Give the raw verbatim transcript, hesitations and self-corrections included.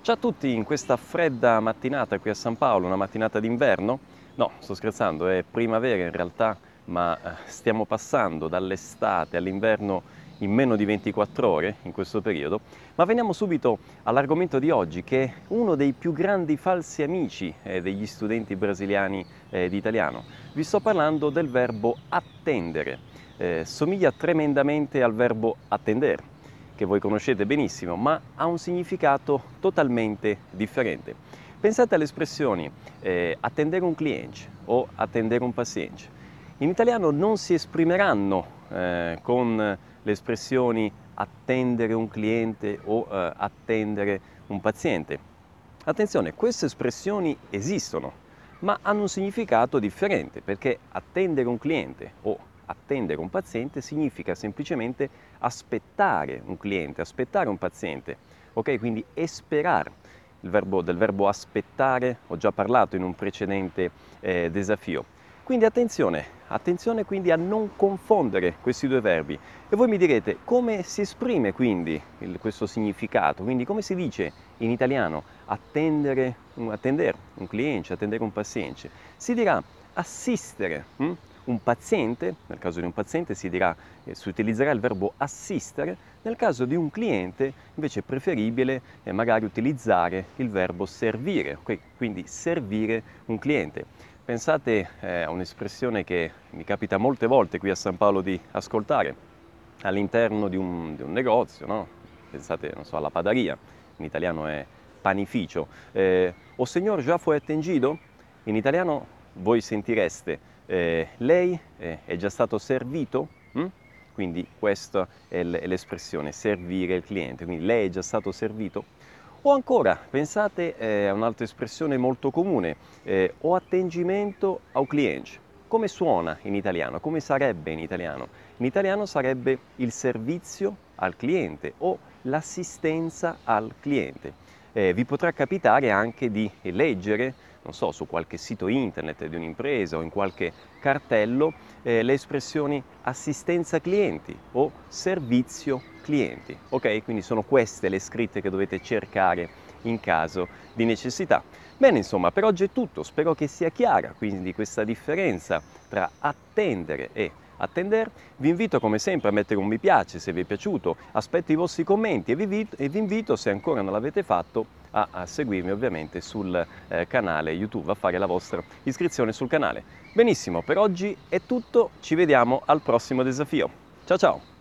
Ciao a tutti, in questa fredda mattinata qui a San Paolo, una mattinata d'inverno. No, sto scherzando, è primavera in realtà, ma eh, stiamo passando dall'estate all'inverno in meno di ventiquattro ore in questo periodo. Ma veniamo subito all'argomento di oggi, che è uno dei più grandi falsi amici eh, degli studenti brasiliani eh, di italiano. Vi sto parlando del verbo attendere. Eh, somiglia tremendamente al verbo attendere, che voi conoscete benissimo, ma ha un significato totalmente differente. Pensate alle espressioni eh, attendere un cliente o attendere un paziente. In italiano non si esprimeranno eh, con le espressioni attendere un cliente o eh, attendere un paziente. Attenzione, queste espressioni esistono, ma hanno un significato differente, perché attendere un cliente o attendere un paziente significa semplicemente aspettare un cliente, aspettare un paziente, ok? Quindi esperare, il verbo, del verbo aspettare ho già parlato in un precedente eh, desafio. Quindi attenzione, attenzione quindi a non confondere questi due verbi. E voi mi direte, come si esprime quindi il, questo significato? Quindi come si dice in italiano attendere, attendere un cliente, attendere un paziente? Si dirà assistere. Hm? Un paziente, nel caso di un paziente si dirà, eh, si utilizzerà il verbo assistere, nel caso di un cliente invece è preferibile eh, magari utilizzare il verbo servire, okay? Quindi servire un cliente. Pensate eh, a un'espressione che mi capita molte volte qui a San Paolo di ascoltare all'interno di un, di un negozio, no? Pensate, non so, alla padaria, in italiano è panificio. Eh, o signor já foi atendido? In italiano voi sentireste eh, lei eh, è già stato servito? Mm? Quindi questa è l'espressione, servire il cliente, quindi lei è già stato servito? O ancora, pensate eh, a un'altra espressione molto comune, eh, o atteggiamento ao cliente. Come suona in italiano? Come sarebbe in italiano? In italiano sarebbe il servizio al cliente o l'assistenza al cliente. Eh, vi potrà capitare anche di leggere, non so, su qualche sito internet di un'impresa o in qualche cartello, eh, le espressioni assistenza clienti o servizio clienti. Ok? Quindi sono queste le scritte che dovete cercare in caso di necessità. Bene, insomma, per oggi è tutto. Spero che sia chiara quindi questa differenza tra attendere e attendere. Vi invito come sempre a mettere un mi piace se vi è piaciuto, aspetto i vostri commenti e vi invito, e vi invito se ancora non l'avete fatto a, a seguirmi ovviamente sul eh, canale YouTube, a fare la vostra iscrizione sul canale. Benissimo, per oggi è tutto, ci vediamo al prossimo desafio. Ciao ciao!